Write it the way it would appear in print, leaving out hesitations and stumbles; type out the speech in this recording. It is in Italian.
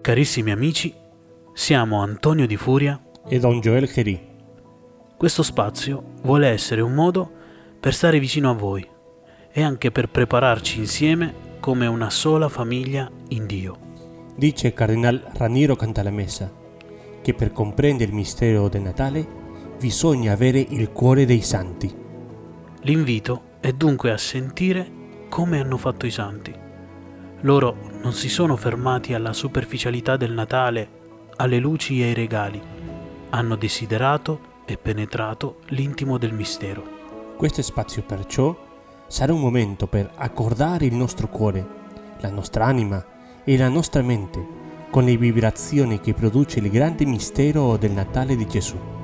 Carissimi amici, siamo Antonio Di Furia e Don Joel Cherì. Questo spazio vuole essere un modo per stare vicino a voi e anche per prepararci insieme come una sola famiglia in Dio. Dice il Cardinal Raniero Cantalamessa che per comprendere il mistero del Natale bisogna avere il cuore dei santi. L'invito è dunque a sentire come hanno fatto i santi. Loro non si sono fermati alla superficialità del Natale, alle luci e ai regali. Hanno desiderato e penetrato l'intimo del mistero. Questo spazio perciò sarà un momento per accordare il nostro cuore, la nostra anima e la nostra mente con le vibrazioni che produce il grande mistero del Natale di Gesù.